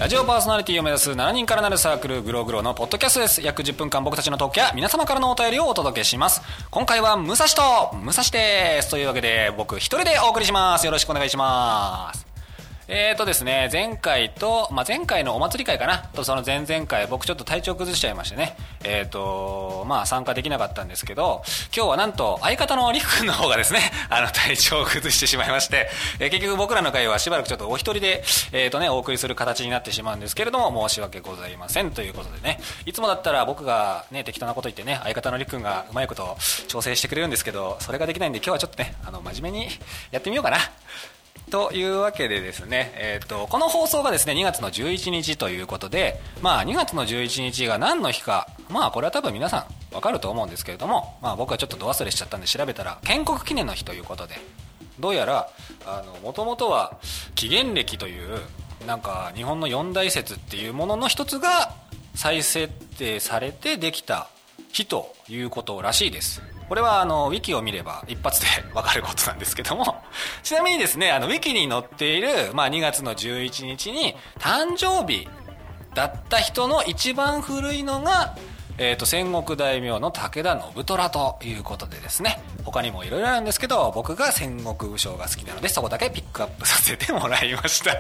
ラジオパーソナリティを目指す7人からなるサークルグローグローのポッドキャストです。約10分間僕たちのトークや皆様からのお便りをお届けします。今回は武蔵と武蔵です。というわけで僕一人でお送りします。よろしくお願いします。ですね、前回と、前回のお祭り会かなと、その前々回僕ちょっと体調崩しちゃいましてね、参加できなかったんですけど、今日はなんと相方のりくくんの方がですね体調を崩してしまいまして、結局僕らの会はしばらくちょっとお一人でお送りする形になってしまうんですけれども、申し訳ございませんということでね、いつもだったら僕がね適当なこと言ってね、相方のりくくんがうまいこと調整してくれるんですけど、それができないんで今日はちょっとね真面目にやってみようかなというわけでですね、この放送がですね2月の11日ということで、2月の11日が何の日か、これは多分皆さん分かると思うんですけれども、僕はちょっとど忘れしちゃったんで調べたら建国記念の日ということで、どうやらもともとは紀元暦というなんか日本の四大説っていうものの一つが再設定されてできた日ということらしいです。これはウィキを見れば一発で分かることなんですけども、ちなみにですねウィキに載っている、2月の11日に誕生日だった人の一番古いのが、戦国大名の武田信虎ということでですね、他にもいろいろあるんですけど、僕が戦国武将が好きなのでそこだけピックアップさせてもらいました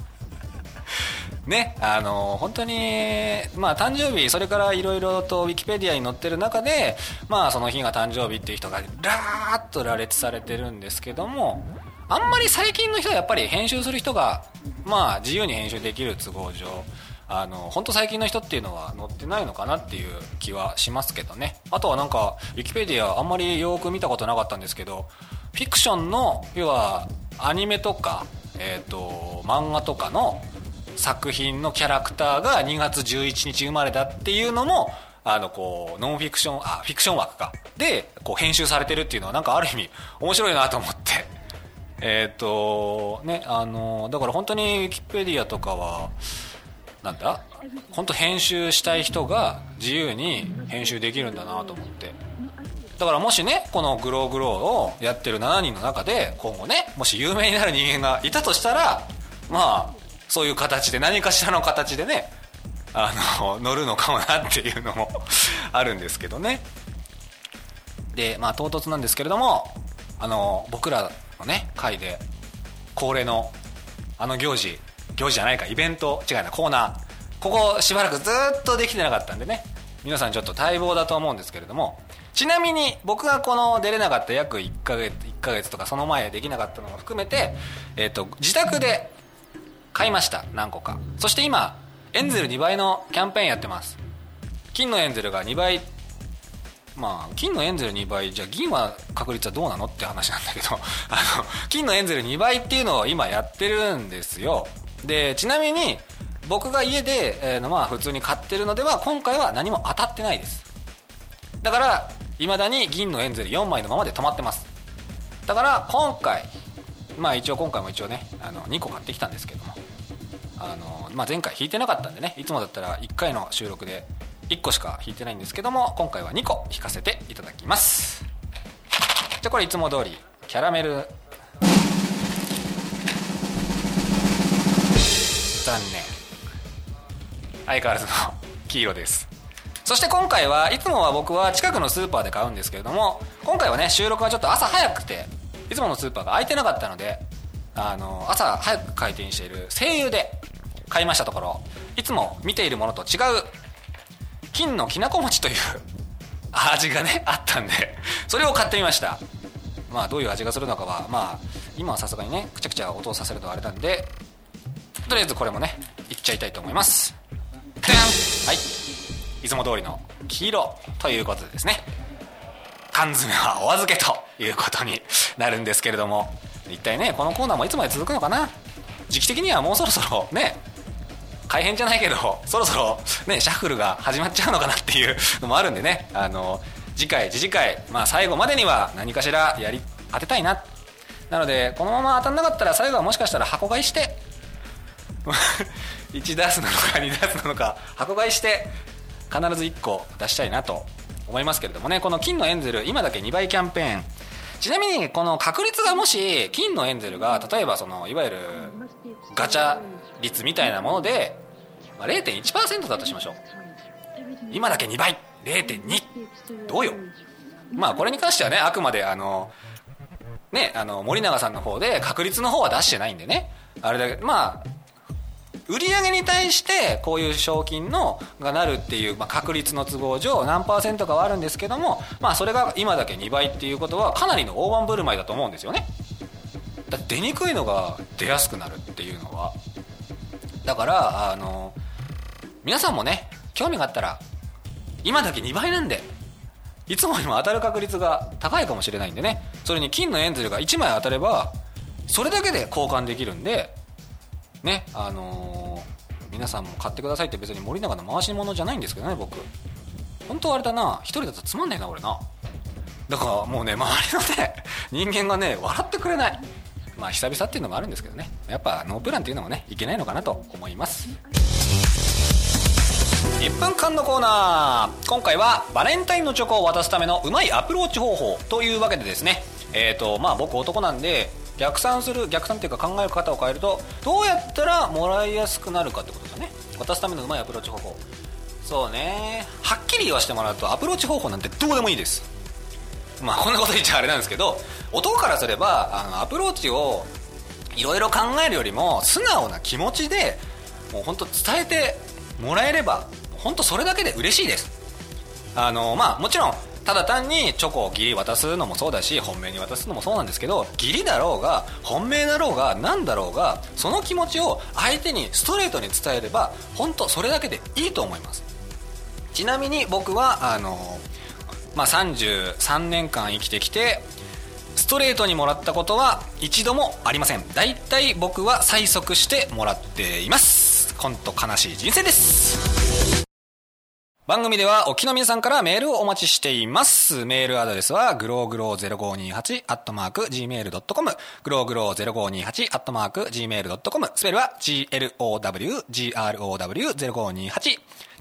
ね、本当に誕生日、それからいろいろとウィキペディアに載ってる中で、その日が誕生日っていう人がラーッと羅列されてるんですけども、あんまり最近の人はやっぱり編集する人が自由に編集できる都合上、本当最近の人っていうのは載ってないのかなっていう気はしますけどね。あとはなんかウィキペディアあんまりよく見たことなかったんですけど、フィクションの要はアニメとか、漫画とかの作品のキャラクターが2月11日生まれだっていうのもこうノンフィクションフィクション枠かでこう編集されてるっていうのはなんかある意味面白いなと思って、だから本当にウィキペディアとかは本当編集したい人が自由に編集できるんだなと思って、だからもしねこのグローグローをやってる7人の中で今後ねもし有名になる人間がいたとしたら、そういう形で何かしらの形でね乗るのかもなっていうのもあるんですけどね。で唐突なんですけれども、僕らのね会で恒例の行事じゃないかイベント違うなコーナー、ここしばらくずっとできてなかったんでね、皆さんちょっと待望だと思うんですけれども、ちなみに僕がこの出れなかった約1ヶ月とかその前できなかったのも含めて、自宅で買いました何個か。そして今エンゼル2倍のキャンペーンやってます。金のエンゼルが2倍、金のエンゼル2倍じゃ銀は確率はどうなのって話なんだけど金のエンゼル2倍っていうのを今やってるんですよ。でちなみに僕が家で、普通に買ってるのでは今回は何も当たってないです。だから未だに銀のエンゼル4枚のままで止まってます。だから今回今回も一応ね2個買ってきたんですけども、前回引いてなかったんでね、いつもだったら1回の収録で1個しか引いてないんですけども、今回は2個引かせていただきます。じゃあこれいつも通りキャラメル、残念、相変わらずの黄色です。そして今回はいつもは僕は近くのスーパーで買うんですけれども、今回はね収録がちょっと朝早くていつものスーパーが開いてなかったので、朝早く開店している西友で買いましたところ、いつも見ているものと違う金のきなこ餅という味がねあったんで、それを買ってみました。どういう味がするのかは今はさすがにねくちゃくちゃ音をさせるとあれなんで、とりあえずこれもねいっちゃいたいと思います。はい、いつも通りの黄色ということでですね、缶詰はお預けということになるんですけれども、一体ねこのコーナーもいつまで続くのかな。時期的にはもうそろそろね改編じゃないけどそろそろねシャッフルが始まっちゃうのかなっていうのもあるんでね、次回最後までには何かしらやり当てたいな。なのでこのまま当たんなかったら最後はもしかしたら箱買いして1出すなのか2出すなのか箱買いして必ず1個出したいなと思いますけれどもね、この金のエンゼル今だけ2倍キャンペーン、ちなみにこの確率がもし金のエンゼルが例えばそのいわゆるガチャ率みたいなものでまあ、0.1% だとしましょう。今だけ2倍 0.2 どうよ。まあこれに関してはね、あくまで森永さんの方で確率の方は出してないんでね、あれだけまあ売上に対してこういう賞金のがなるっていう、まあ、確率の都合上何パーセントかはあるんですけども、まあそれが今だけ2倍っていうことはかなりの大盤振る舞いだと思うんですよね。だって出にくいのが出やすくなるっていうのは、だから皆さんもね興味があったら、今だけ2倍なんでいつもよりも当たる確率が高いかもしれないんでね、それに金のエンゼルが1枚当たればそれだけで交換できるんでね、皆さんも買ってくださいって。別に森永の回し物じゃないんですけどね、僕本当はあれだな、一人だとつまんねえな俺な。だからもうね、周りのね人間がね笑ってくれない。まあ久々っていうのもあるんですけどね、やっぱノープランっていうのもねいけないのかなと思います。1分間のコーナー、今回はバレンタインのチョコを渡すためのうまいアプローチ方法というわけでですね、まあ僕男なんで逆算っていうか考え方を変えると、どうやったらもらいやすくなるかってことですよね。渡すためのうまいアプローチ方法。そうね、はっきり言わせてもらうとアプローチ方法なんてどうでもいいです。まあこんなこと言っちゃあれなんですけど、男からすればアプローチをいろいろ考えるよりも素直な気持ちでもう本当伝えてもらえれば本当それだけで嬉しいです。まあもちろんただ単にチョコを義理渡すのもそうだし、本命に渡すのもそうなんですけど、義理だろうが本命だろうが何だろうが、その気持ちを相手にストレートに伝えれば本当それだけでいいと思います。ちなみに僕はまあ、33年間生きてきてストレートにもらったことは一度もありません。だいたい僕は催促してもらっています。ほんと悲しい人生です。番組ではお聞きの皆さんからメールをお待ちしています。メールアドレスはグローグロー0528 @gmail.com、 グローグロー0528 @gmail.com、 スペルは glowgrow0528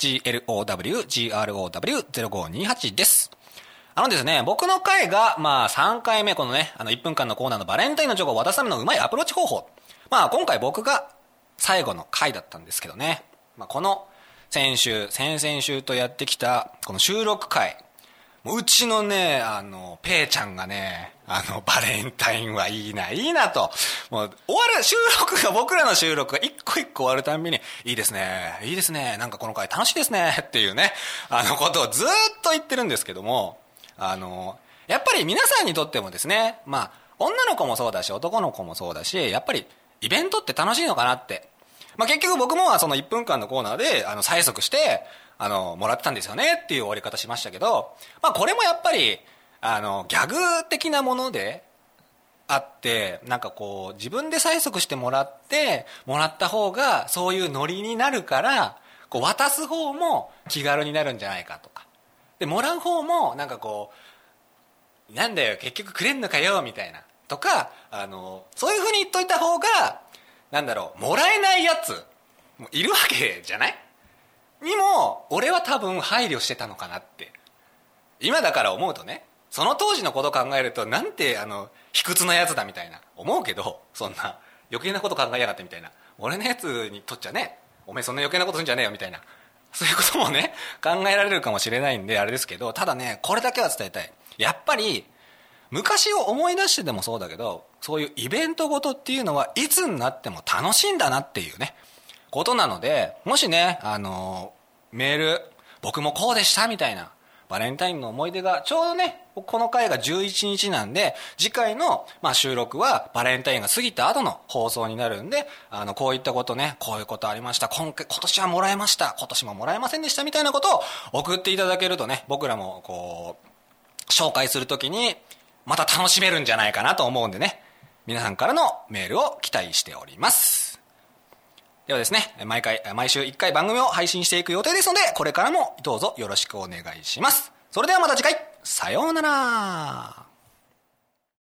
glowgrow0528 です。ですね、僕の回がまあ3回目、このね1分間のコーナーのバレンタインのチョコを渡すためのうまいアプローチ方法。まあ今回僕が最後の回だったんですけどね、まあ、この先々週とやってきたこの収録回、もううちのねペイちゃんがねバレンタインはいいなと、もう終わる僕らの収録が一個一個終わるたんびにいいですねなんかこの回楽しいですねっていうねことをずっと言ってるんですけども、やっぱり皆さんにとってもですね、まあ女の子もそうだし男の子もそうだし、やっぱりイベントって楽しいのかなって。まあ、結局僕もその1分間のコーナーで催促してもらってたんですよねっていう終わり方しましたけど、まあ、これもやっぱりギャグ的なものであって、なんかこう自分で催促してもらった方がそういうノリになるから、こう渡す方も気軽になるんじゃないかとかで、もらう方もなんかこうなんだよ結局くれんのかよみたいなとかそういう風に言っといた方がなんだろう、もらえないやつもいるわけじゃないにも俺は多分配慮してたのかなって今だから思うとね、その当時のこと考えるとなんて卑屈なやつだみたいな思うけど、そんな余計なこと考えやがってみたいな、俺のやつにとっちゃね、おめえそんな余計なことするんじゃねえよみたいな、そういうこともね考えられるかもしれないんであれですけど、ただねこれだけは伝えたい。やっぱり昔を思い出してでもそうだけど、そういうイベントごとっていうのはいつになっても楽しいんだなっていうねことなので、もしねメール僕もこうでしたみたいなバレンタインの思い出がちょうどね、この回が11日なんで次回の収録はバレンタインが過ぎた後の放送になるんで、こういったことね、こういうことありました、今年はもらえました、今年ももらえませんでしたみたいなことを送っていただけるとね、僕らもこう紹介するときにまた楽しめるんじゃないかなと思うんでね、皆さんからのメールを期待しております。ではですね、毎週1回番組を配信していく予定ですので、これからもどうぞよろしくお願いします。それではまた次回、さようなら。